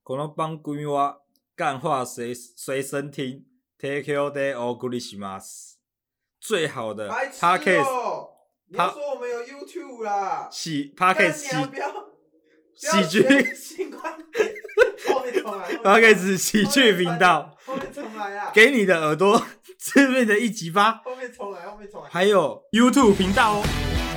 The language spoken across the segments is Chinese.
この番組は干话随身听 ，Take your day or good night。最好的 podcast， 你要说我们有 YouTube 啦 ，podcast 喜剧新观点，后面重来 ，podcast 喜剧频道， 后面重来啊， 给你的耳朵致命的一击吧。 后面重来。 还有 YouTube 频道哦。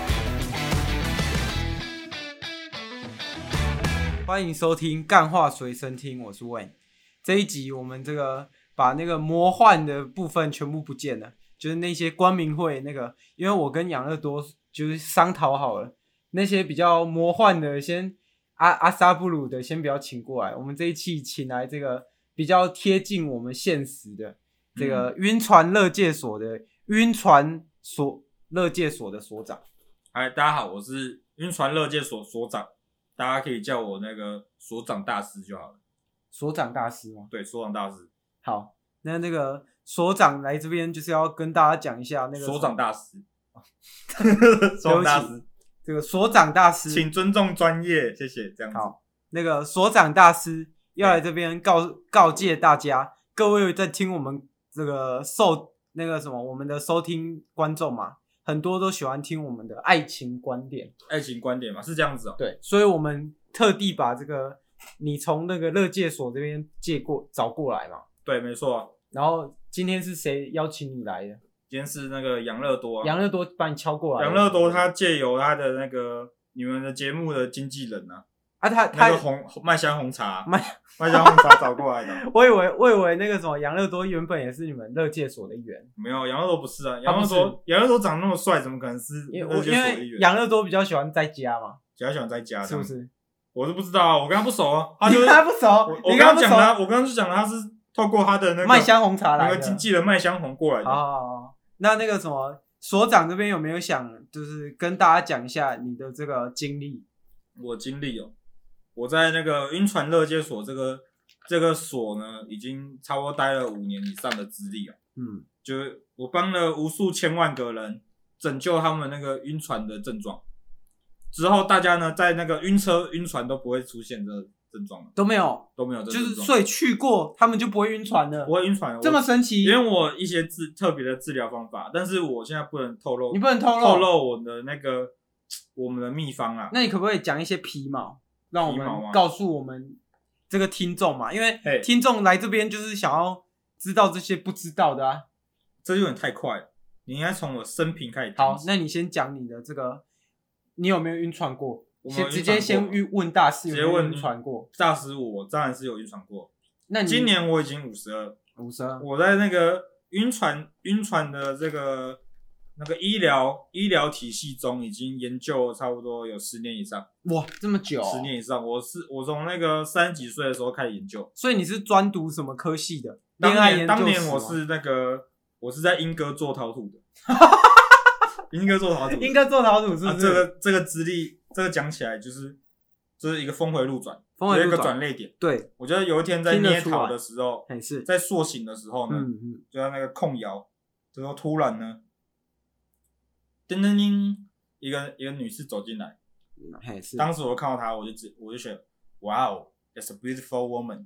欢迎收听干话随身听，我是 Wayne。这一集我们这个把那个魔幻的部分全部不见了，就是那些光明会那个，因为我跟养乐多就是商讨好了，那些比较魔幻的先阿萨布鲁的先不要请过来，我们这一期请来这个比较贴近我们现实的这个晕船乐界所的晕船乐界所的所长。 嗨，大家好，我是晕船乐界所所长，大家可以叫我那个所长大师就好了。 所长大师吗？ 对，所长大师。 好，那个所长来这边就是要跟大家讲一下那个所长大师， 所长大师，这个所长大师， 请尊重专业，谢谢。这样子。 好，那个所长大师要来这边告诫大家，各位在听我们这个我们的收听观众嘛，很多都喜欢听我们的爱情观点。 爱情观点嘛，是这样子哦。 对，所以我们特地把这个你从那个乐界所这边找过来嘛。 对，没错。 然后今天是谁邀请你来的？ 今天是那个养乐多啊。 养乐多把你敲过来。 养乐多他借由他的那个你们的节目的经纪人啊， 他那个麦香红茶， 麦香红茶找过来的。 我以为那个什么养乐多原本也是你们乐界所的一员。 没有，养乐多不是啊。养乐多长那么帅，怎么可能是乐界所的一员？ 因为养乐多比较喜欢在家嘛， 比较喜欢在家， 是不是？ 我是不知道啊，我跟他不熟啊。 你跟他不熟？ 我刚刚讲了，我刚刚就讲了，他是透过他的那个麦香红茶来的， 那个经纪人麦香红过来的。 哦，那个什么所长这边有没有想，就是跟大家讲一下你的这个经历？ 我经历哦，我在那个晕船乐界所这个所呢，已经差不多待了5年以上的资历哦。就是我帮了无数千万个人拯救他们那个晕船的症状。之后大家呢，在那个晕车、晕船都不会出现这症状了， 都没有这症状， 就是所以去过，他们就不会晕船了， 不会晕船， 这么神奇。 因为我一些特别的治疗方法，但是我现在不能透露， 你不能透露我的那个我们的秘方啊。 那你可不可以讲一些皮毛，让我们告诉我们这个听众嘛？因为听众来这边就是想要知道这些不知道的啊。 这有点太快了，你应该从我生平开始。 好，那你先讲你的这个。你有没有晕船过？直接先问大师有没有晕船过？ 大师，我当然是有晕船过。 那今年我已经52，我在那个晕船的这个那个医疗体系中，已经研究差不多有10年以上。 哇，这么久 ！10年以上，我从那个30几岁的时候开始研究。 所以你是专读什么科系的？ 当年我是在英哥做陶土的。英哥做陶土是不是？ 这个资历，这个讲起来就是一个峰回路转，有一个转捩点。 对， 我觉得有一天在捏陶的时候，在塑形的时候呢，就在那个控窑，之后突然呢，噔噔噔，一个女士走进来，当时我看到她，我就觉得，哇哦 ，it's a beautiful woman。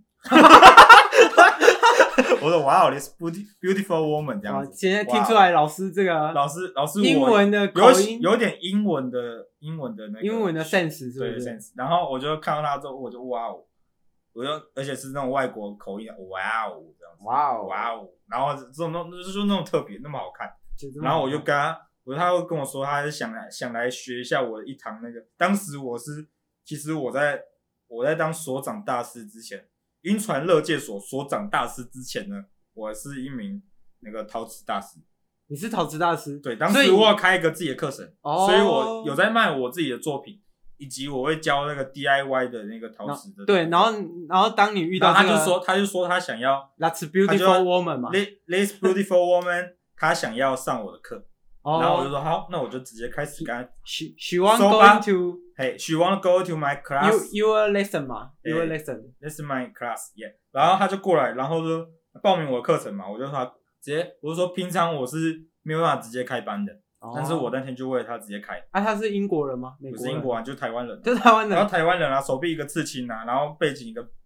我说哇哦 ，this beautiful woman 这样子。 现在听出来老师英文的口音有点英文的那个英文的 sense 是不是？ 对 sense。然后我就看到他之后，我就哇哦，而且是那种外国口音，哇哦这样子，哇哦，然后就是那种特别那么好看。然后我就跟他会跟我说，他是想来学一下我的一堂那个。当时其实我在当所长大师之前。晕船乐界所所长大师之前呢，我是一名那个陶瓷大师。 你是陶瓷大师？ 对，当时我要开一个自己的课程，所以我有在卖我自己的作品，以及我会教那个 DIY 的那个陶瓷的。 对，然后当你遇到他就說他想要 That's beautiful woman 嘛 ，This beautiful woman， 他想要上我的课。然后我就说好，那我就直接开始跟他。 She want going to. Hey, she want go to my class. Your lesson 嘛 ？Your lesson. This is my class, yeah. 然后他就过来，然后就报名我的课程嘛。我就说我就说平常我是没有办法直接开班的，但是我那天就为了他直接开。 他是英国人吗？美国人？ 不是英国人，就是台湾人。 就是台湾人。 然后台湾人啊，手臂一个刺青啊，然后背景一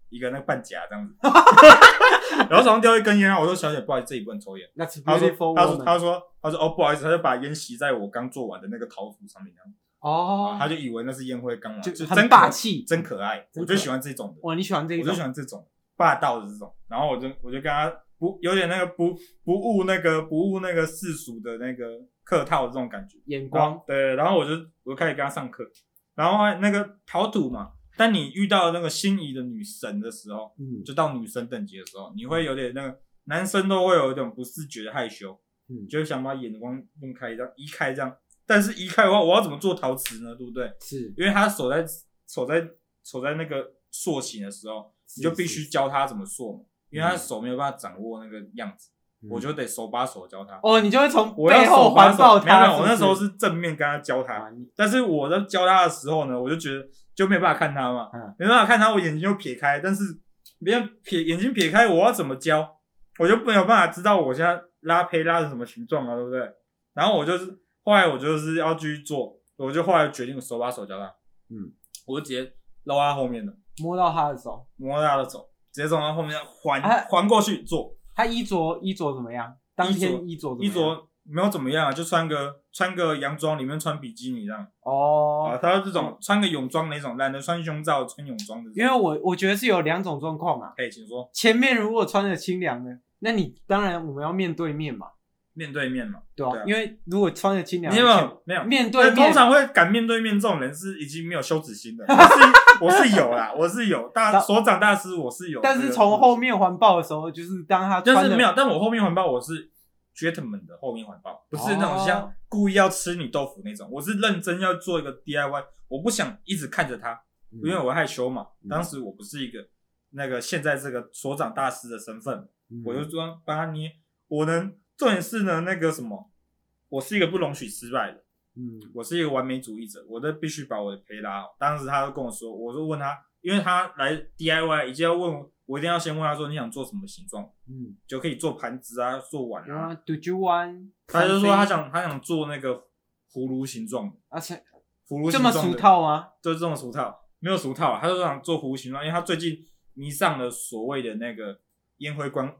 一个那个半夹这样子，然后手上叼一根烟，我说小姐不好意思，这里不能抽烟。他说哦不好意思，他就把烟吸在我刚做完的那个陶土上面这样。 哦， 他就以为那是烟灰缸嘛， 就很霸气， 真可爱，我就喜欢这种的。 哇，你喜欢这种？ 我就喜欢这种霸道的这种。然后我就跟他有点那个不误那个世俗的那个客套的这种感觉， 眼光。 对，然后我就开始跟他上课，然后那个陶土嘛，但你遇到那个心仪的女神的时候，就到女神等级的时候，你会有点那个男生都会有一种不自觉的害羞，就想把眼光弄开，这样移开这样。但是移开的话，我要怎么做陶瓷呢？对不对？ 是， 因为他手在那个塑形的时候，你就必须教他怎么塑嘛，因为他手没有办法掌握那个样子，我就得手把手教他。 哦，你就会从背后环抱他。 没有，我那时候是正面跟他教他，但是我在教他的时候呢，我就觉得就没有办法看他嘛，没办法看他，我眼睛就撇开，但是别人眼睛撇开，我要怎么教？我就没有办法知道我现在拉胚拉成什么形状啊，对不对？然后后来我就是要继续做，我就后来决定手把手教他，我就直接搂他后面的， 摸到他的手， 直接从他后面环过去做。 他衣着怎么样？当天衣着没有怎么样啊，就穿个洋装，里面穿比基尼这样。 哦， 他这种穿个泳装那种，懒得穿胸罩，穿泳装的。 因为我觉得是有两种状况啊。 请说。 前面如果穿着清凉的，那你当然我们要面对面嘛。 面对面嘛， 对啊，因为如果穿着清凉， 没有面对面， 通常会敢面对面这种人是已经没有羞耻心的。我是有啦，我是有所长大师，我是有。 但是从后面环抱的时候，就是当他穿就是没有，但我后面环抱我是 gentleman 的后面环抱，不是那种像故意要吃你豆腐那种，我是认真要做一个 DIY， 我不想一直看着他，因为我害羞嘛。当时我不是一个那个现在这个所长大师的身份，我就说帮他捏，重点是呢，那个什么，我是一个不容许失败的，我是一个完美主义者，我都必须把我的胚拉好。当时他就跟我说，我就问他，因为他来 DIY， 一定要问我一定要先问他说你想做什么形状，就可以做盘子啊，做碗啊。 Do you want？ 他就说他想做那个葫芦形状，葫芦形状的这么俗套吗？ 就是这么俗套，没有俗套，他就想做葫芦形状，因为他最近迷上了所谓的那个。烟灰缸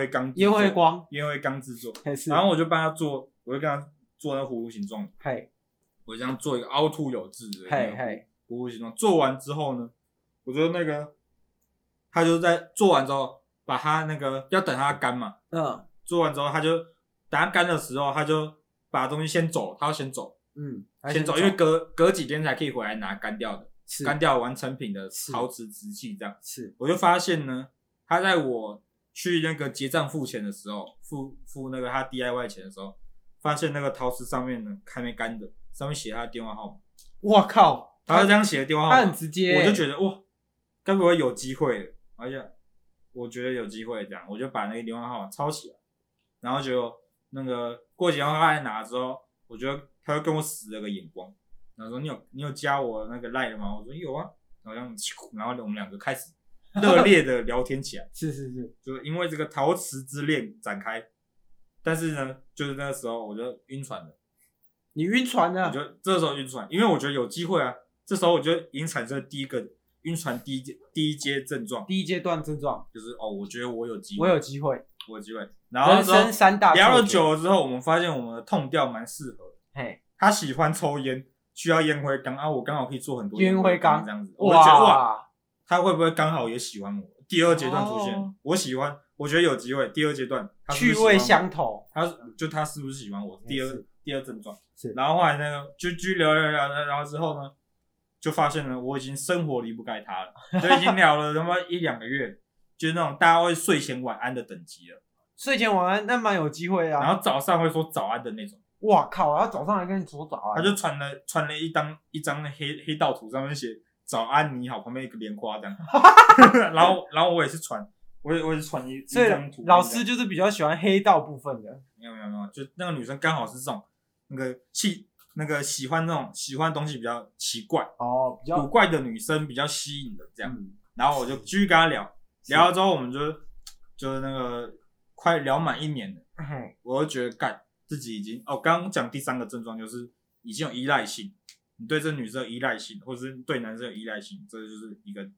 制作，然后我就帮他做，我就跟他做那葫芦形状，我这样做一个凹凸有致的葫芦形状。做完之后呢，我就那个，他就在做完之后，把他那个要等它干嘛，做完之后他就等它干的时候，他就把东西先走，他要先走，先走，因为隔几天才可以回来拿干掉的，干掉完成品的陶瓷瓷器这样。我就发现呢，他在我去那个结账付钱的时候，付那个他 DIY 钱的时候，发现那个陶瓷上面呢还没干的，上面写他的电话号码。 哇靠！ 他是这样写的电话号码， 他很直接， 我就觉得哇，该不会有机会了？而且我觉得有机会，这样我就把那个电话号码抄起来，然后就那个过几天他来拿之后，我觉得他就跟我使了个眼光，然后说你有加我那个 LINE 吗？我说有啊，然后我们两个开始热烈的聊天起来， 是， 就是因为这个陶瓷之恋展开，但是呢，就是那个时候我就晕船了。 你晕船了？ 我就这时候晕船，因为我觉得有机会啊。这时候我就已经产生了第一个晕船第一阶症状， 第一阶段症状就是我觉得我有机会， 然后人生三大聊了久了之后，我们发现我们的痛调蛮适合的。他喜欢抽烟，需要烟灰缸啊，我刚好可以做很多烟灰缸这样子，我就觉得哇，他会不会刚好也喜欢我？第二阶段出现，我喜欢，我觉得有机会。第二阶段， 趣味相投， 他是不是喜欢我？第二症状是，然后后来那个就聊，然后之后呢，就发现呢，我已经生活离不开他了，就已经聊了他妈1-2个月，就是那种大家会睡前晚安的等级了。 睡前晚安那蛮有机会啊。 然后早上会说早安的那种。 哇靠！他早上来跟你说早安。 他就传了一张黑道图，上面写早安你好，旁边一个莲花这样。然后我也是传，我也是传一张图。 老师就是比较喜欢黑道部分的。 没有，就那个女生刚好是这种那个喜欢东西比较奇怪比较古怪的女生比较吸引的这样。然后我就继续跟她聊了之后，我们就是那个快聊满1年了。我就觉得干自己已经刚刚讲第3个症状就是已经有依赖性，你对这女生有依赖性，或者是对男生有依赖性，这就是一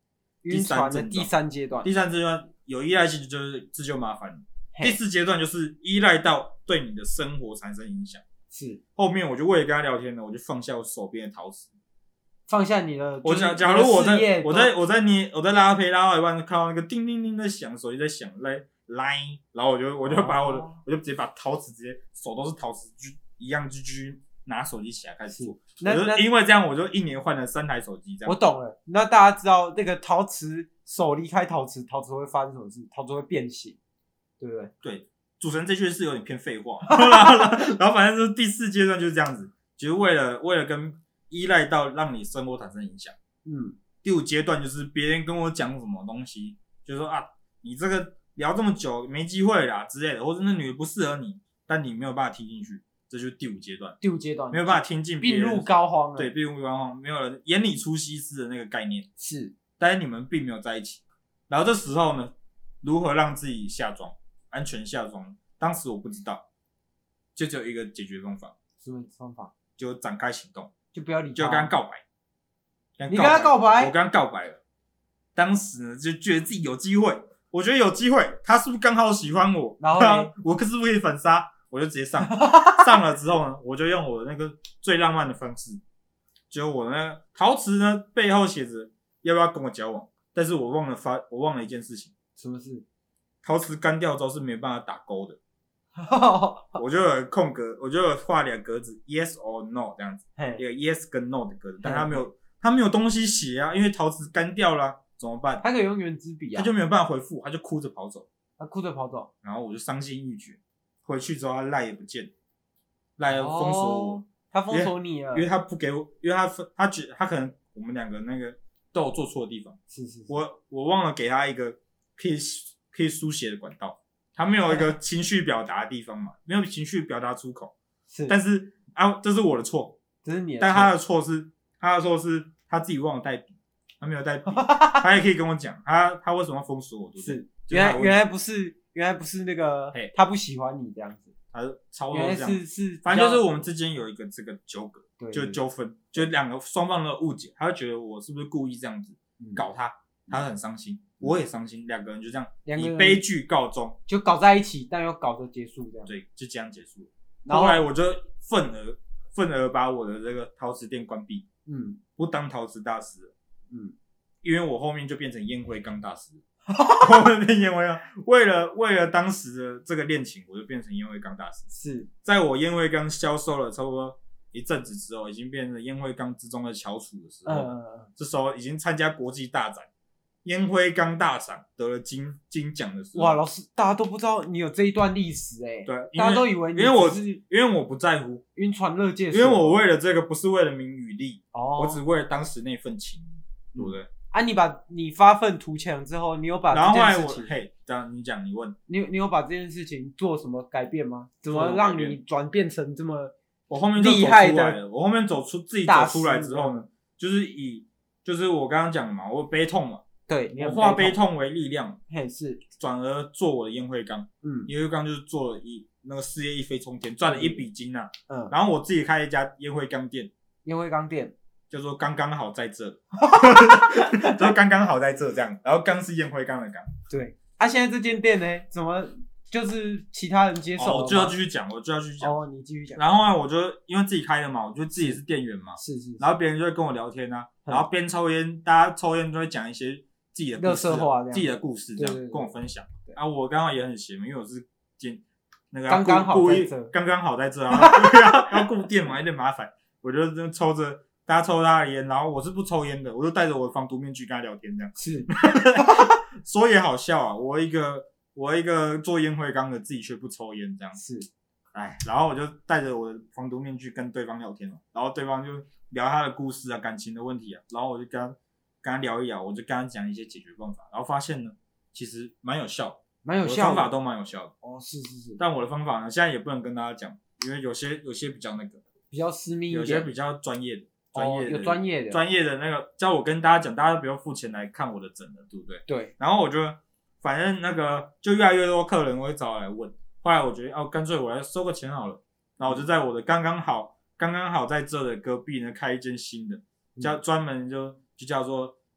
晕船的第三阶段。 第三阶段有依赖性，就是这就麻烦了。第四阶段就是依赖到对你的生活产生影响。 是， 后面我就为了跟他聊天呢，我就放下我手边的陶瓷， 放下你的。 我假如我在拉胚拉到一半，看到那个叮叮叮的响，手机在响，来，然后我就把我就直接把陶瓷直接手都是陶瓷，就一样就拿手机起来开始做。就因为这样，我就一年换了3台手机。这样我懂了。那大家知道那个陶瓷手离开陶瓷会发生什么事？陶瓷会变形，对不对？ 对。主持人这句是有点偏废话，然后反正就是第4阶段就是这样子，就是为了跟依赖到让你生活产生影响。第5阶段就是别人跟我讲什么东西，就是说啊，你这个聊这么久没机会啦之类的，或者那女的不适合你，但你没有办法听进去，这就是第5阶段。 第5阶段没有办法听进别人， 病入膏肓了。 对，病入膏肓，没有人眼里出西施的那个概念是， 但是你们并没有在一起。然后这时候呢，如何让自己下妆？安全下妆，当时我不知道，就只有一个解决方法。 什么方法？ 就展开行动， 就不要理他， 就跟他告白。 你跟他告白？ 我跟他告白了。当时呢，就觉得自己有机会，我觉得有机会，他是不是刚好喜欢我？ 然后呢我是不是可以反杀？我就直接上了之后呢，我就用我的那个最浪漫的方式，就我那个陶瓷呢背后写着要不要跟我交往，但是我忘了一件事情。 什么事？ 陶瓷干掉之后是没办法打勾的。我就有空格，我就有画2个格子 ，yes or no 这样子，一个 yes 跟 no 的格子，但他没有东西写啊，因为陶瓷干掉了，怎么办？ 他可以用原子笔啊， 他就没有办法回复，他就哭着跑走。 然后我就伤心欲绝。回去之后他赖也不见，赖封锁我。 他封锁你了， 因为他不给我，因为他觉得他可能我们2个那个都有做错的地方。 是。 我忘了给他一个可以书写的管道。他没有一个情绪表达的地方嘛，没有情绪表达出口。 是， 但是这是我的错， 这是你的错。 但他的错是他自己忘了带笔，他没有带笔，他也可以跟我讲，他为什么要封锁我？对不对？ 是，原来不是那个他不喜欢你这样子， 他超多这样， 是， 反正就是我们之间有一个这个纠葛， 对， 就纠纷，就2个双方的误解，他会觉得我是不是故意这样子搞他，他很伤心。我也伤心，2个人就这样以悲剧告终， 就搞在一起，但又搞着结束这样。 对，就这样结束了。然后后来我就愤而把我的这个陶瓷店关闭，不当陶瓷大师了，因为我后面就变成烟灰缸大师，后面变烟灰缸，为了当时的这个恋情，我就变成烟灰缸大师。 是在我烟灰缸销售了差不多一阵子之后，已经变成烟灰缸之中的翘楚的时候，这时候已经参加国际大展。烟灰缸大赏得了金奖的时候， 哇，老师，大家都不知道你有这一段历史对， 大家都以为你因为我不在乎晕船乐界， 因为我为了这个不是为了名与利，我只为了当时那份情，对不对？ 你发愤图强之后，你有把然后后来这样你问你有把这件事情做什么改变吗？怎么让你转变成这么我后面就厉害的？ 我后面自己走出来之后呢，就是我刚刚讲的嘛，我有悲痛嘛。 对， 我化悲痛为力量， 是转而做我的烟灰缸。烟灰缸就是做了那个事业一飞冲天，赚了一笔金啊。然后我自己开了一家烟灰缸店，叫做刚刚好在这，就是刚刚好在这这样。然后缸是烟灰缸的缸。 对，现在这间店呢，怎么就是其他人接受？ 我就要继续讲， 你继续讲。 然后啊，我就因为自己开的嘛，我就自己是店员嘛， 是。 然后别人就会跟我聊天啊，然后边抽烟，大家抽烟都会讲一些自己的故事，自己的故事这样跟我分享。我刚好也很闲嘛，因为我是那个刚刚好在这啊，要顾店嘛，有点麻烦。我就抽着大家抽他的烟，然后我是不抽烟的，我就戴着我的防毒面具跟他聊天这样。 是， 说也好笑啊，我一个做烟灰缸的，自己却不抽烟这样。 是， 然后我就戴着我的防毒面具跟对方聊天了，然后对方就聊他的故事啊、感情的问题啊，然后我就跟他聊一聊，我就跟他讲一些解决方法，然后发现呢，其实蛮有效的，我的方法都蛮有效的。 是。 但我的方法呢，现在也不能跟大家讲，因为有些比较那个， 比较私密一点， 有些比较专业的， 有专业的那个，叫我跟大家讲，大家不要付钱来看我的诊了，对不对？ 对。 然后我就反正那个就越来越多客人会找我来问，后来我觉得干脆我来收个钱好了，然后我就在我的刚刚好在这的隔壁呢开一间新的，专门就叫做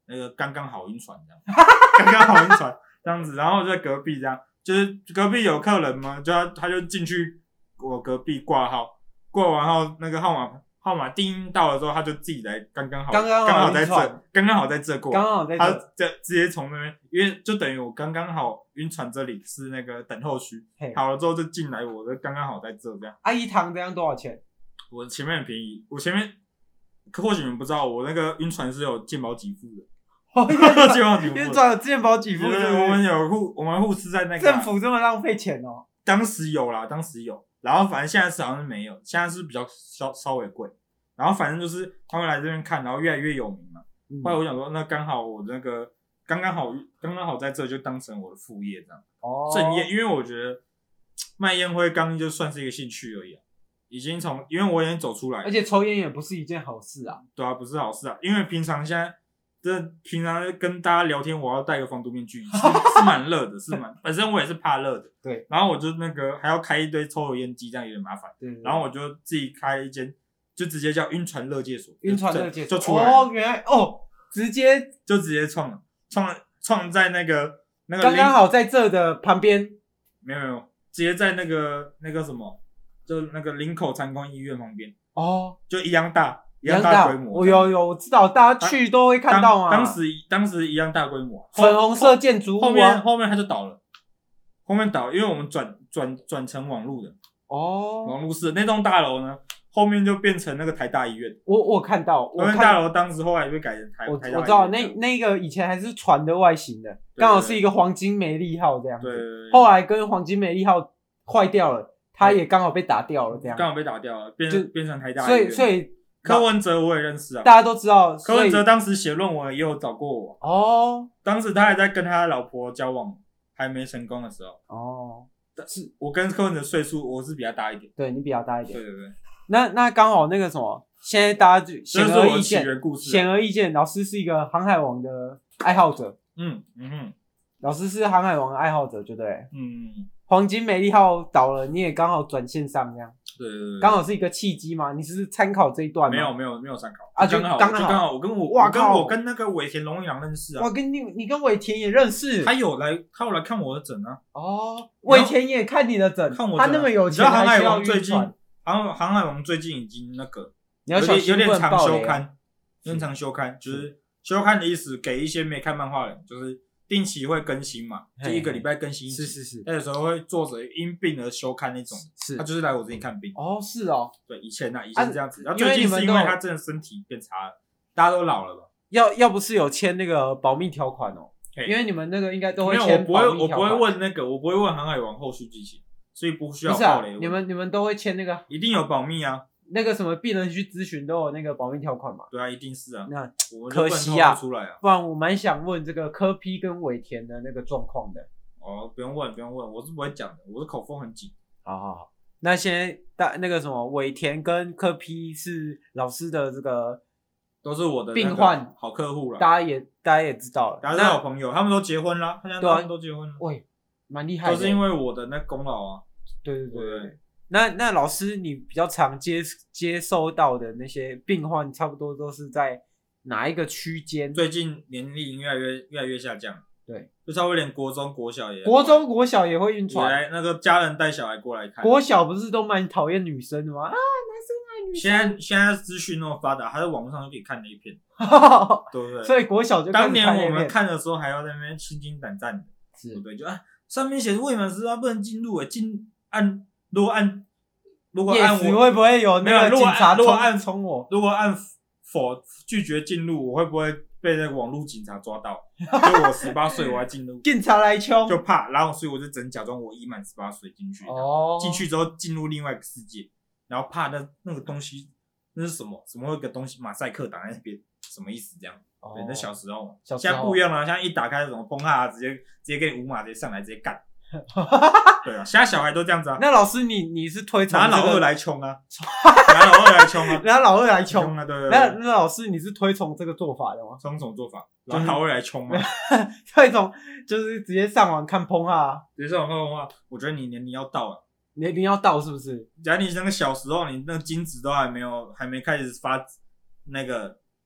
那个刚刚好晕船这样，刚刚好晕船这样子，然后我就在隔壁这样，就是隔壁有客人嘛，他就进去我隔壁挂号，挂完号那个号码叮到了之后，他就自己来刚刚好在这，刚刚好在这过， 刚刚好在这， 他直接从那边，因为就等于我刚刚好晕船这里是那个等候区，好了之后就进来，我的刚刚好在这样。 一堂这样多少钱？ 我前面很便宜，我前面或许你们不知道，我那个晕船是有健保给付的。健保给付， 晕船有健保给付， 我们护士在那个政府这么浪费钱哦。 当时有，然后反正现在是好像是没有，现在是比较稍微贵。然后反正就是他们来这边看，然后越来越有名嘛。后来我想说，那刚好我那个刚刚好在这就当成我的副业这样。正业，因为我觉得卖烟灰缸就算是一个兴趣而已啊。因为我已经走出来了， 而且抽烟也不是一件好事啊。 对啊，不是好事啊，因为平常跟大家聊天，我要戴个防毒面具，是蛮热的，本身我也是怕热的。 对， 然后我就那个还要开一堆抽油烟机，这样有点麻烦。 对， 然后我就自己开一间，就直接叫晕船乐界所， 就出来了。 原来直接创在那个刚刚好在这的旁边， 没有，直接在那个什么，就那个林口长庚医院旁边就一样大规模。 我有知道，大家去都会看到嘛。 当时一样大规模， 粉红色建筑物啊。 后面它就倒了，因为我们转成网路的网路式那栋大楼呢，后面就变成那个台大医院。 我看到， 那大楼当时后来也被改成台大医院。 我知道那个以前还是船的外形的，刚好是一个黄金美丽号这样子。 对， 后来跟黄金美丽号坏掉了，它也刚好被打掉了，这样。 刚好被打掉了，变成台大医院。 所以柯文哲我也认识啊， 大家都知道。 柯文哲当时写论文也有找过我。当时他还在跟他老婆交往，还没成功的时候。是我跟柯文哲岁数我是比较大一点。 对，你比较大一点。 对。 那刚好那个什么，现在大家就显而易见，老师是一个航海王的爱好者。老师是航海王的爱好者，对不对？黄金美丽号倒了，你也刚好转线上这样。对，刚好是一个契机嘛。你是参考这一段吗？ 没有参考啊， 就刚好我跟那个尾田荣一郎认识啊。 你跟尾田也认识？ 他有来看我的诊啊。 尾田也看你的诊， 看我他那么有钱， 航海王最近航海王最近已经那个有点常休刊，就是休刊的意思，给一些没看漫画的人，就是定期会更新嘛，就一个礼拜更新一集。 是。 那有时候会作者因病而休刊那种，他就是来我这里看病。 是。 对，以前这样子，然后最近是因为他真的身体变差了，大家都老了吧？ 要不是有签那个保密条款因为你们那个应该都会签保密条款。 我不会问航海王后续剧情，所以不需要爆雷。 你们都会签那个， 一定有保密啊。 那个什么病人去咨询都有那个保密条款嘛？ 对啊，一定是啊。 那可惜啊， 不然我蛮想问这个柯 P 跟尾田的那个状况的。 不用问，我是不会讲的，我是口风很紧。 好，那现在那个什么尾田跟柯 P 是老师的这个都是我的病患好客户了， 大家也知道了， 大家是好朋友，他们都结婚了，他们都结婚了， 喂，蛮厉害的， 都是因为我的那功劳啊。 对。那老师，你比较常接受到的那些病患，差不多都是在哪一个区间？ 最近年龄越来越下降。 对， 就差不多连国中国小也会晕船。 那个家人带小孩过来看。 国小不是都蛮讨厌女生的吗？男生爱女生。 现在资讯那么发达，他在网络上就可以看那一片，对不对？ 所以国小就当年我们看的时候还要在那边心惊胆战的，对不对？就上面写未满18不能进入，如果按我会不会有那个警察冲我？ 如果按否拒绝进入，我会不会被那个网络警察抓到？就我18岁我要进入， 警察来冲， 就怕，然后所以我就只能假装我已满18岁进去。进去之后进入另外一个世界，然后怕那个东西那是什么一个东西马赛克挡在那边，什么意思这样？对，那小时候，现在不一样了，现在一打开什么崩直接给你无码直接上来直接干。对啊，现在小孩都这样子啊。 那老师你是推崇拿老二来冲啊？拿老二来冲啊？ 对。 那老师你是推崇这个做法的吗？ 双重做法，拿老二来冲嘛？ 推崇就是直接上网看崩啊？ 直接上网看崩啊？我觉得你年龄要到了， 年龄要到是不是？ 假如你那个小时候，你那个精子都还没开始发那个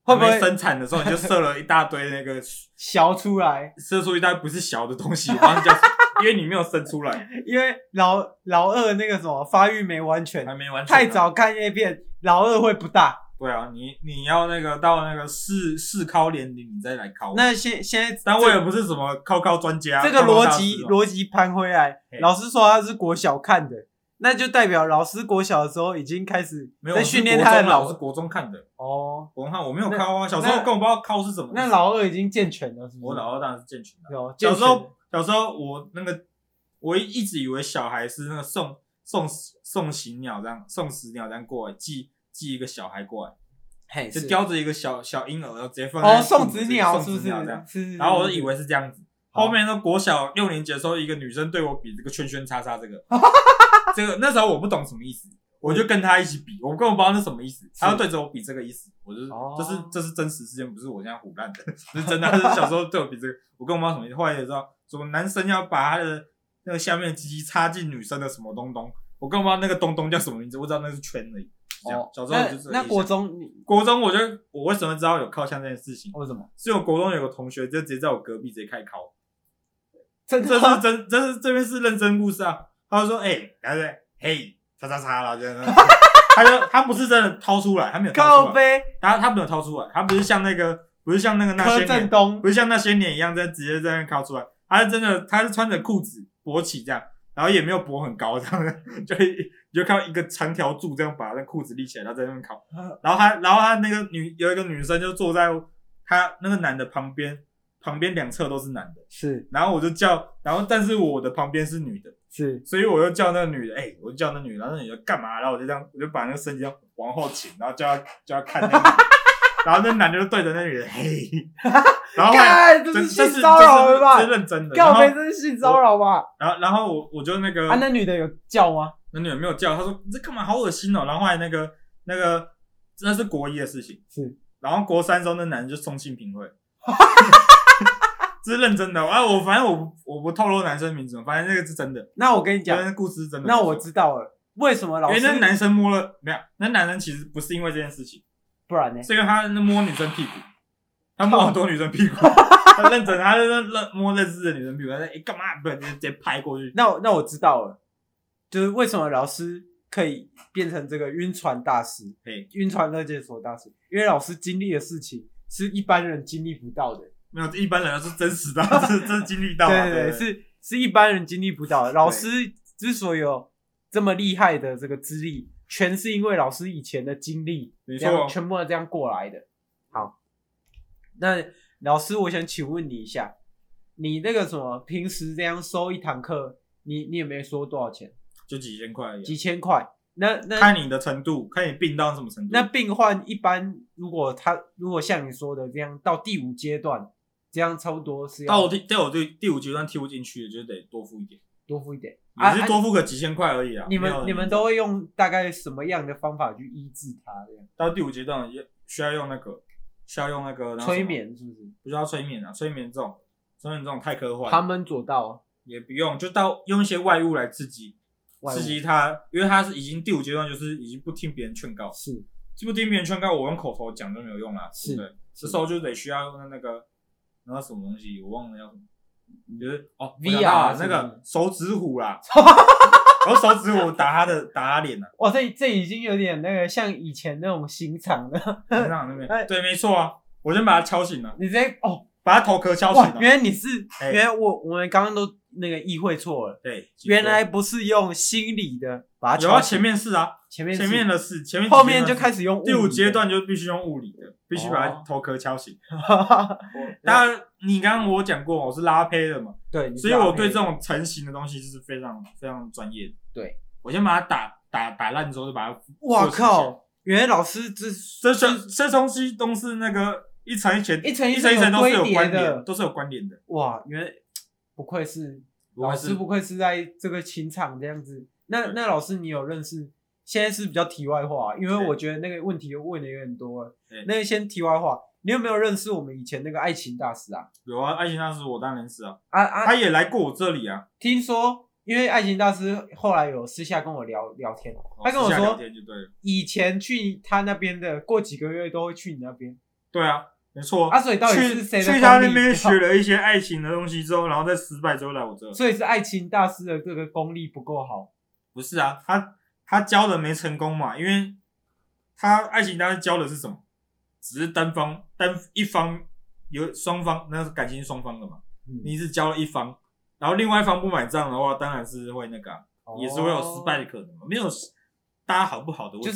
会不会生产的时候你就射了一大堆那个小出来， 射出一大堆不是小的东西，我忘记叫什么，因为你没有生出来， 因为老二那个什么发育没完全， 还没完全太早看 A 片，老二会不大。 对啊，你要那个到那个试考年龄你再来考。 那现在， 但我也不是什么考专家。 这个逻辑盘回来，老师说他是国小看的，那就代表老师国小的时候已经开始在训练他的老师国中看的。 哦， 国中看我没有考啊，小时候根本不知道考是什么。 那老二已经健全了，是不是？ 我老二当然是健全的。 小时候我一直以为小孩是那个送行鸟这样，送死鸟这样过来寄一个小孩过来。就叼着一个小婴儿，然后直接放在送子鸟，是不是？ 然后我就以为是这样子。后面呢，国小6年级的时候，一个女生对我比这个圈圈叉叉这个那时候我不懂什么意思，我就跟她一起比，我根本不知道那什么意思。她要对着我比这个意思，我就这是真实事件，不是我现在唬烂的，是真的。她是小时候对我比这个，我根本不知道什么意思。后来也知道，什么男生要把他的那个下面的鸡鸡插进女生的什么东东，我根本不知道那个东东叫什么名字，我知道那是圈而已。小时候就是那国中， 我为什么知道有靠枪这件事情？ 为什么？ 是我国中有个同学就直接在我隔壁直接开靠，这边是认真故事啊。他就说，嘿，叉叉叉啦，这样。他不是真的掏出来，他没有掏出来，他没有掏出来，他不是像那个那些年，不是像那些年一样直接在那掏出来，他是真的，他是穿着裤子勃起这样。然后也没有勃很高，这样你就看到一个长条柱这样把那裤子立起来，然后在那边烤。然后他那个有一个女生就坐在他那个男的旁边两侧都是男的， 是。 然后我就叫，但是我的旁边是女的， 是。 所以我就叫那个女的，我就叫那女的，然后那女的干嘛？然后我就把那个身体往后倾，然后叫她看那个。然后那男的就对着那女的，嘿，然后这是性骚扰了吧？ 是认真的， 告白这是性骚扰吧？ 然后我就那个那女的有叫吗？ 那女的没有叫，她说你这干嘛？好恶心哦！然后后来那个那是国1的事情， 是。 然后国3的时候，那男的就送性平会，这是认真的啊！反正我不透露男生名字，反正那个是真的。 那我跟你讲， 那故事是真的。 那我知道了，为什么老师？ 因为那男生摸了没有？那男生其实不是因为这件事情。 不然呢？ 是因为他摸女生屁股，他摸很多女生屁股，他认真，他摸认识的女生屁股，他说干嘛？不然直接拍过去。 那我知道了，就是为什么老师可以变成这个晕船大师，晕船热解锁大师，因为老师经历的事情是一般人经历不到的。 没有，一般人是真实的，这是经历到的。 对，是一般人经历不到的。老师之所以有这么厉害的这个资历。全是因为老师以前的经历， 没错， 全部都这样过来的。好，那老师，我想请问你一下，你那个什么，平时这样收一堂课，你也没收多少钱？ 就几千块而已。 几千块，那看你的程度，看你病到什么程度。 那病患一般，如果像你说的这样，到第5阶段，这样差不多是要到第5阶段踢不进去，就得多付一点。 也是多付个几千块而已啊！ 你们都会用大概什么样的方法去医治它？这样到第5阶段也需要用那个催眠，是不是？ 不需要催眠啊，催眠这种太科幻。 旁门左道也不用，就用一些外物来刺激他，因为他是已经第5阶段，就是已经不听别人劝告， 是不听别人劝告，我用口头讲就没有用啦， 是对不对？这时候就得需要用那个什么东西，我忘了叫什么。就是VR 那个手指虎啦，然后手指虎打他脸了。 哇，这已经有点那个像以前那种刑场的刑场那边，对，没错啊，我先把他敲醒了。 你直接把他头壳敲醒了。 原来你是，原来我们刚刚都那个意会错了。 对， 原来不是用心理的把它敲醒。 有啊，前面是啊，前面的是， 后面就开始用物理的。 第5阶段就必须用物理的，必须把他头壳敲醒。当然，你刚刚我讲过，我是拉胚的嘛， 对， 所以我对这种成型的东西就是非常非常专业的。 对， 我先把它打烂之后，就把它。 哇靠！原来老师这东西都是那个一层一层都是有关联，都是有关联的。 哇，原来不愧是老师，不愧是在这个情场这样子。那老师，你有认识？现在是比较题外话，因为我觉得那个问题问的有点多了。那个先题外话，你有没有认识我们以前那个爱情大师啊？ 有啊，爱情大师我当然认识啊。他也来过我这里啊。 听说，因为爱情大师后来有私下跟我聊天，他跟我说，以前去他那边的，过几个月都会去你那边。 对啊，没错。 啊，所以到底是谁的去他那边学了一些爱情的东西之后，然后再失败之后来我这。 所以是爱情大师的这个功力不够好。 不是啊，他教的没成功嘛，因为他爱情大师教的是什么？只是一方有双方，那是感情双方的嘛。你只教了一方，然后另外一方不买账的话，当然是会那个、也是会有失败的可能嘛。没有大家好不好的问题， 就是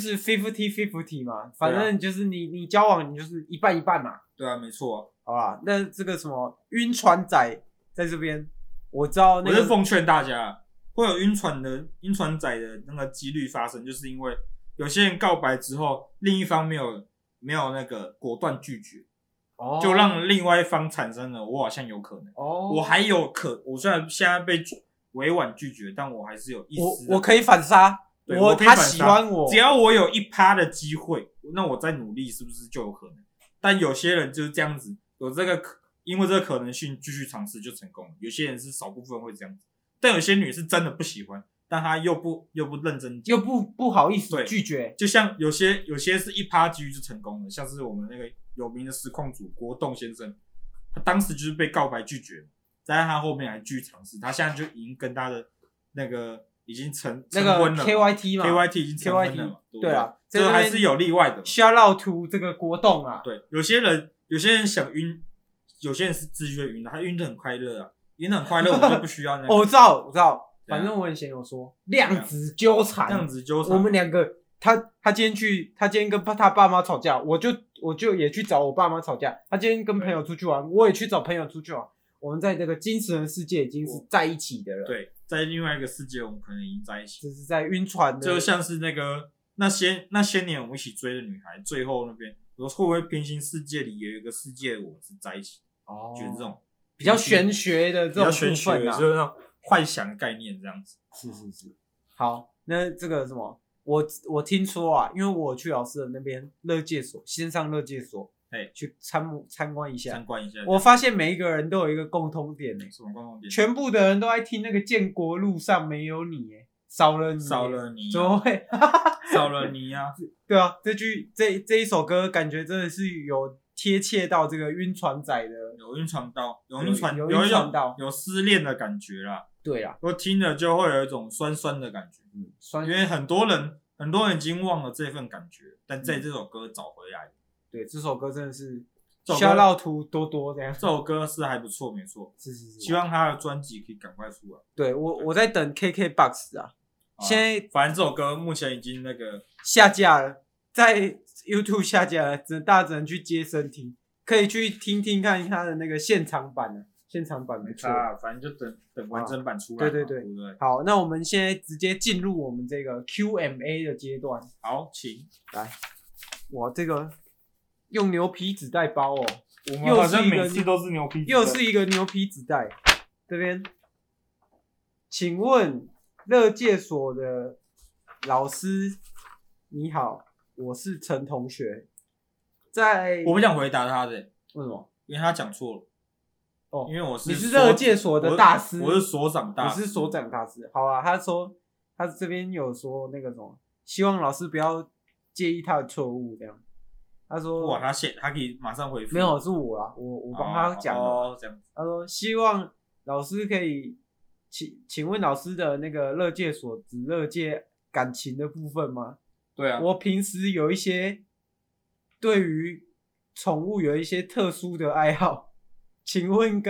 50-50 嘛，反正就是你交往你就是一半一半嘛。 对啊，没错啊。 好啦，那这个什么晕船仔在这边，我知道那个， 我是奉劝大家，会有晕船仔的那个几率发生，就是因为有些人告白之后，另一方没有那个果断拒绝，就让另外一方产生了我好像有可能，我虽然现在被委婉拒绝，但我还是有一丝我可以反杀。他喜欢我， 只要我有1%的机会，那我再努力是不是就有可能？但有些人就是这样子，因为这个可能性继续尝试就成功了。有些人是少部分会这样子，但有些女是真的不喜欢，但她又不认真讲， 又不好意思拒绝。 就像有些是1%几率就成功了，像是我们那个有名的实况主国栋先生，他当时就是被告白拒绝，在他后面还继续尝试，他现在就已经跟他的那个。已经成婚了 KYT 嘛 ，KYT 已经成婚了嘛， 对啊， 这还是有例外的。 shout out to 这个国栋啊， 对，有些人想晕，有些人是自觉晕的，他晕得很快乐啊，晕得很快乐，我就不需要那个。 我知道，反正我以前有说量子纠缠，我们两个，他今天跟他爸妈吵架，我就也去找我爸妈吵架，他今天跟朋友出去玩，我也去找朋友出去玩，我们在这个精神世界已经是在一起的了。 对。在另外一个世界，我们可能已经在一起。 这是在晕船的， 就像是那些年我们一起追的女孩，最后那边，我说会不会平行世界里有一个世界我们是在一起？就是这种比较玄学的这种部分就是那种幻想概念这样子。 是。好，那这个什么，我听说啊，因为我去老师的那边乐界所，线上乐界所。去参观一下，我发现每一个人都有一个共通点什么共通点？ 全部的人都在听那个建国路上没有你，少了你，怎么会？ 少了你啊！ 对啊，这一首歌感觉真的是有贴切到这个晕船仔的， 有晕船到，有失恋的感觉啦。 对啦， 我听了就会有一种酸酸的感觉，因为很多人已经忘了这份感觉，但在这首歌找回来。 对，这首歌真的是shout out to多多这样。 这首歌是还不错，没错。 是。 希望他的专辑可以赶快出来。 对，我在等 KKBOX 啊。现在反正这首歌目前已经那个下架了，在 YouTube 下架了，大家只能去接声听，可以去听听看他的那个现场版的。现场版没错， 反正就等完整版出来。 对。好，那我们现在直接进入我们这个 Q&A 的阶段。 好，请来。哇，这个。用牛皮纸袋包哦， 我们好像每次都是牛皮纸袋， 又是一个牛皮纸袋。这边，请问乐界所的老师你好，我是陈同学。 我不想回答他的， 为什么？ 因为他讲错了。因为你是乐界所的大师， 我是所长大师， 你是所长大师。好啊，他说他这边有说那个什么，希望老师不要介意他的错误这样。他说：“ 哇，他可以马上回复。 没有，是我啦，我帮他讲的。 这样。 他说希望老师可以，请问老师的那个乐界所指乐界感情的部分吗？ 对啊， 我平时有一些对于宠物有一些特殊的爱好，请问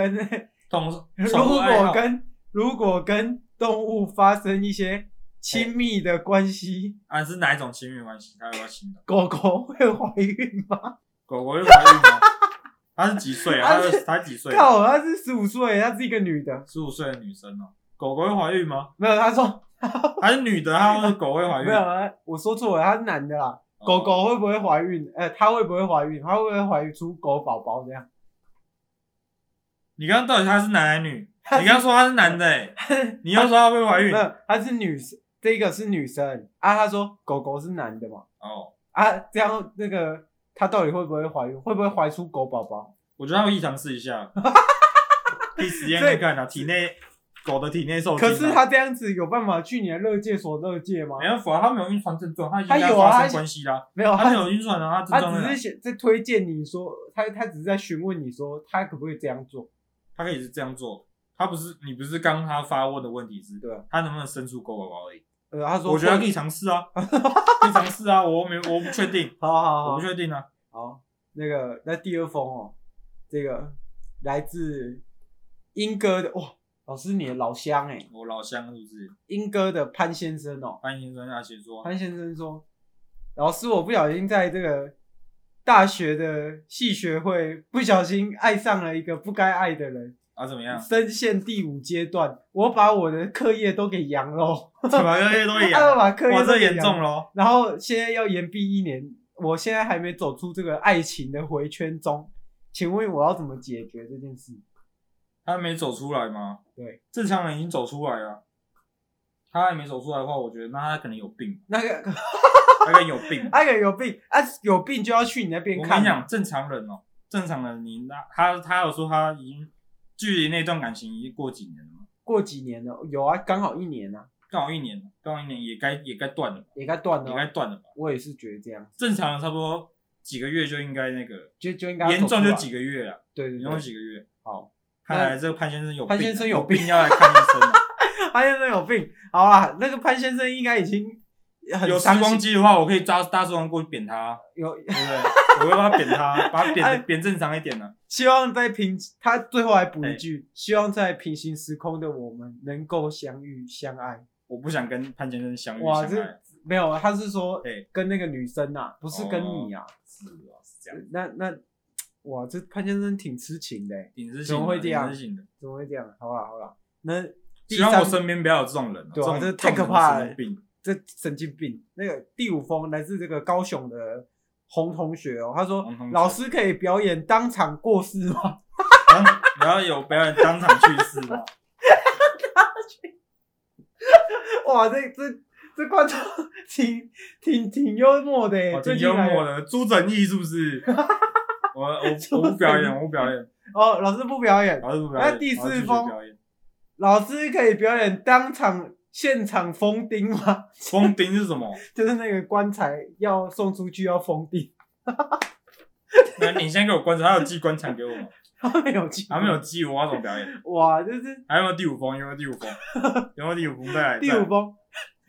如果跟动物发生一些。”亲密的关系是哪一种亲密关系？他要不要亲的？ 狗狗会怀孕吗？ 狗狗会怀孕吗？他是几岁啊？他几岁？ 靠，他是15岁，他是一个女的 ，15岁的女生哦。狗狗会怀孕吗？ 没有，他说她是女的，他说狗会怀孕。 没有，我说错了，他是男的啦。狗狗会不会怀孕？他会不会怀孕？他会不会怀孕出狗宝宝这样？ 你刚刚到底他是男还是女？你刚刚说他是男的你又说他会怀孕？ 没有，他是女生。这个是女生啊，他说狗狗是男的嘛？这样那个他到底会不会怀孕？会不会怀出狗宝宝？ 我觉得他会异常试一下，可以实验看看啊。体内狗的体内受精。 可是他这样子有办法去你的乐界所乐界吗？ 没办法，他没有晕船症状，他已经他有啊， 发生关系啦。 没有， 他没有晕船啊， 他只是在推荐你说，他只是在询问你说，他可不可以这样做？ 他可以是这样做，你不是刚他发问的问题是， 对啊， 他能不能生出狗宝宝而已？ 他说， 我觉得他可以尝试啊，可以尝试啊，我不确定， 好， 我不确定啊。 好，那第二封哦，这个来自英哥的哇，老师你的老乡欸， 我老乡是不是？ 英哥的潘先生哦， 潘先生他写说， 潘先生说，老师我不小心在这个大学的系学会不小心爱上了一个不该爱的人。 怎么样？ 深陷第5阶段，我把我的课业都给扬了， 把课业都扬， 把课业都这严重咯。 然后现在要延毕1年，我现在还没走出这个爱情的回圈中，请问我要怎么解决这件事？ 他还没走出来吗？ 对， 正常人已经走出来了。他还没走出来的话，我觉得那他可能有病。 那个他可能有病， 他可能有病啊！有病就要去你那边看。 我跟你讲，正常人他有说他已经距离那段感情已经过几年了吗？ 过几年了？有啊，刚好1年啊。 刚好1年也该断了吧？ 也该断了， 也该断了吧？ 我也是觉得这样。 正常人差不多几个月就应该那个， 就应该严重就几个月了。 对， 严重几个月。 好， 看来这个潘先生有病， 潘先生有病要来看医生了。 潘先生有病，好啦，那个潘先生应该已经有时光机的话，我可以搭时光过去扁他， 有对不对？我会帮他扁他，把他扁正常一点呢。 希望在他最后还补一句，希望在平行时空的我们能够相遇相爱。 我不想跟潘先生相遇哇， 相爱。 没有，他是说跟那个女生啊，不是跟你啊。 是这样。 那哇，这潘先生挺痴情的， 挺痴情的， 怎么会这样？ 怎么会这样？好啦，那希望我身边不要有这种人， 对啊，这太可怕了，这神经病。那个第5封来自这个高雄的洪同学哦，他说老师可以表演当场过世吗？ 然后有表演当场去世吗？ 哇，这观众挺幽默的耶， 挺幽默的。朱正义是不是？我不表演，我不表演。 哦，老师不表演。那第4封，老师可以表演当场现场封钉吗？ 封钉是什么？ 就是那个棺材要送出去要封钉。 那你先给我棺材，他有寄棺材给我吗？ 他没有寄， 我要怎么表演？ 哇，就是还有没有第5封？有没有第5封？再来第5封。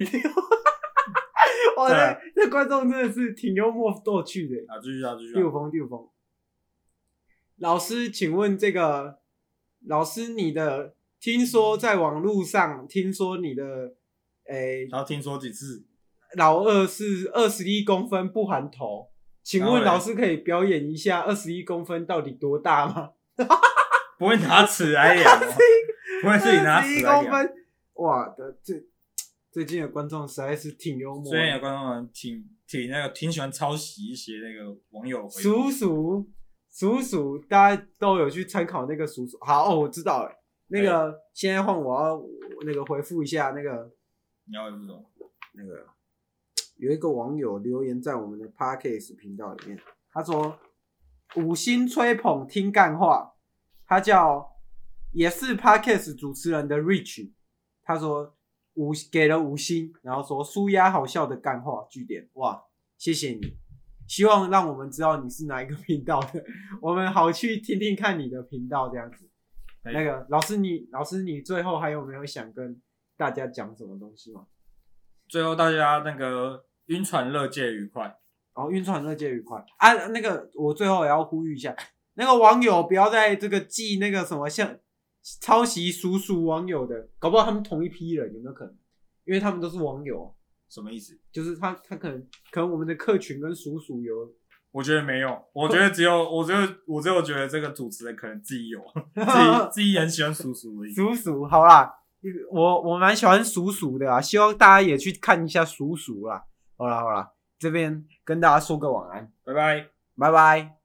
哇，这观众真的是挺幽默逗趣的。 继续。 第5封。老师，请问这个老师，你的听说在网络上听说你的然后听说几次？ 老二是21公分不含头，请问老师可以表演一下21公分到底多大吗？ 不会拿尺来量哦，不会自己拿尺来量。 哇，最近的观众实在是挺幽默的。 最近的观众挺喜欢抄袭一些那个网友回叔叔，大家都有去参考那个叔叔。好我知道了。那个现在换我要那个回复一下那个。 你要回复什么？ 那个有一个网友留言在我们的 Podcast 频道里面，他说5星吹捧听干话，他也是 Podcast 主持人的 Rich， 他说给了5星，然后说舒压好笑的干话句点，哇，谢谢你，希望让我们知道你是哪一个频道的，我们好去听听看你的频道这样子。那个老师你最后还有没有想跟大家讲什么东西吗？ 最后大家那个晕船乐界愉快。 晕船乐界愉快啊！那个我最后也要呼吁一下，那个网友不要在这个寄那个什么像抄袭叔叔网友的，搞不好他们同一批人，有没有可能？因为他们都是网友。 什么意思？ 就是他可能我们的客群跟叔叔有。 我觉得没有，我只有觉得这个主持人可能自己有，自己很喜欢叔叔而已。 叔叔，好啦，我蛮喜欢叔叔的啊，希望大家也去看一下叔叔啦。好啦，这边跟大家说个晚安， 拜拜。